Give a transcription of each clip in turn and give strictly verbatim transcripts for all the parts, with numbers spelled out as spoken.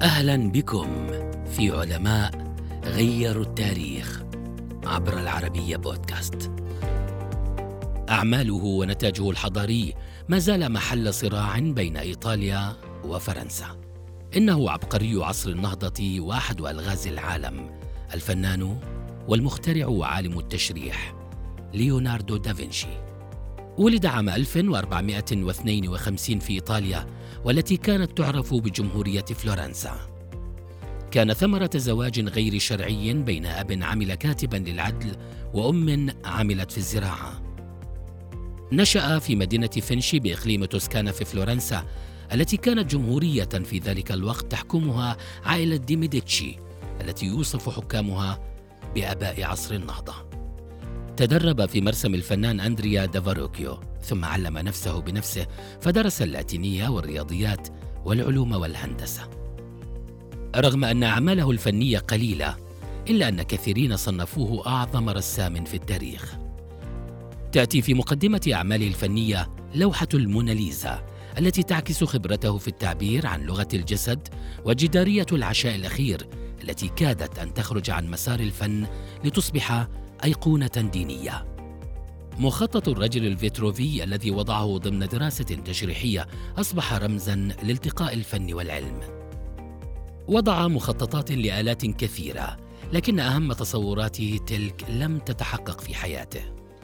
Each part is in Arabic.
أهلا بكم في علماء غيروا التاريخ عبر العربية بودكاست. أعماله ونتاجه الحضاري ما زال محل صراع بين إيطاليا وفرنسا. إنه عبقري عصر النهضة وأحد ألغاز العالم، الفنان والمخترع وعالم التشريح ليوناردو دافنشي. ولد عام ألف وأربعمائة واثنين وخمسين في إيطاليا، والتي كانت تعرف بجمهورية فلورنسا. كان ثمرة زواج غير شرعي بين أب عمل كاتبا للعدل وأم عملت في الزراعة. نشأ في مدينة فينشي بإقليم توسكانا في فلورنسا، التي كانت جمهورية في ذلك الوقت تحكمها عائلة دي ميديتشي، التي يوصف حكامها بآباء عصر النهضة. تدرب في مرسم الفنان أندريا دافاروكيو، ثم علم نفسه بنفسه فدرس اللاتينية والرياضيات والعلوم والهندسة. رغم أن أعماله الفنية قليلة، إلا أن كثيرين صنفوه أعظم رسام في التاريخ. تأتي في مقدمة أعماله الفنية لوحة الموناليزا، التي تعكس خبرته في التعبير عن لغة الجسد، وجدارية العشاء الأخير التي كادت أن تخرج عن مسار الفن لتصبح أيقونة دينية. مخطط الرجل الفيتروفي الذي وضعه ضمن دراسة تشريحية أصبح رمزاً لالتقاء الفن والعلم. وضع مخططات لآلات كثيرة، لكن أهم تصوراته تلك لم تتحقق في حياته.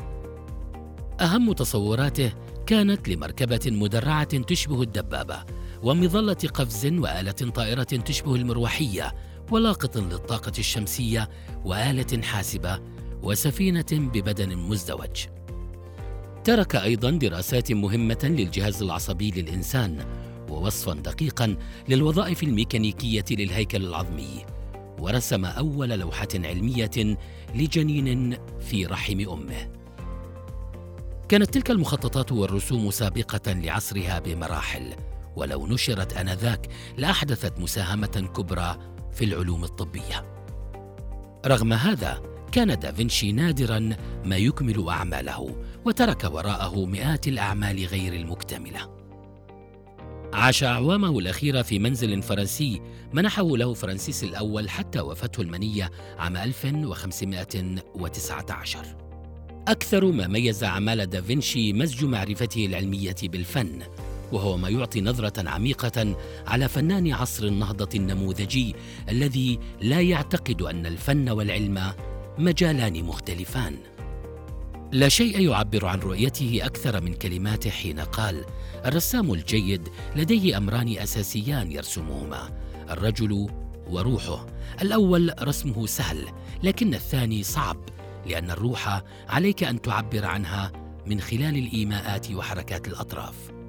أهم تصوراته كانت لمركبة مدرعة تشبه الدبابة، ومظلة قفز، وآلة طائرة تشبه المروحية، ولاقط للطاقة الشمسية، وآلة حاسبة، وسفينة ببدن مزدوج. ترك أيضاً دراسات مهمة للجهاز العصبي للإنسان، ووصفاً دقيقاً للوظائف الميكانيكية للهيكل العظمي، ورسم أول لوحة علمية لجنين في رحم أمه. كانت تلك المخططات والرسوم سابقة لعصرها بمراحل، ولو نشرت آنذاك لأحدثت مساهمة كبرى في العلوم الطبية. رغم هذا، كان دافنشي نادراً ما يكمل أعماله، وترك وراءه مئات الأعمال غير المكتملة. عاش أعوامه الأخيرة في منزل فرنسي منحه له فرانسيس الأول حتى وفاته المنية عام ألف وخمسمائة وتسعة عشر. أكثر ما ميز أعمال دافنشي مزج معرفته العلمية بالفن، وهو ما يعطي نظرة عميقة على فنان عصر النهضة النموذجي الذي لا يعتقد أن الفن والعلم مجالان مختلفان. لا شيء يعبر عن رؤيته أكثر من كلماته حين قال: الرسام الجيد لديه أمران أساسيان يرسمهما، الرجل وروحه. الأول رسمه سهل، لكن الثاني صعب، لأن الروح عليك أن تعبر عنها من خلال الإيماءات وحركات الأطراف.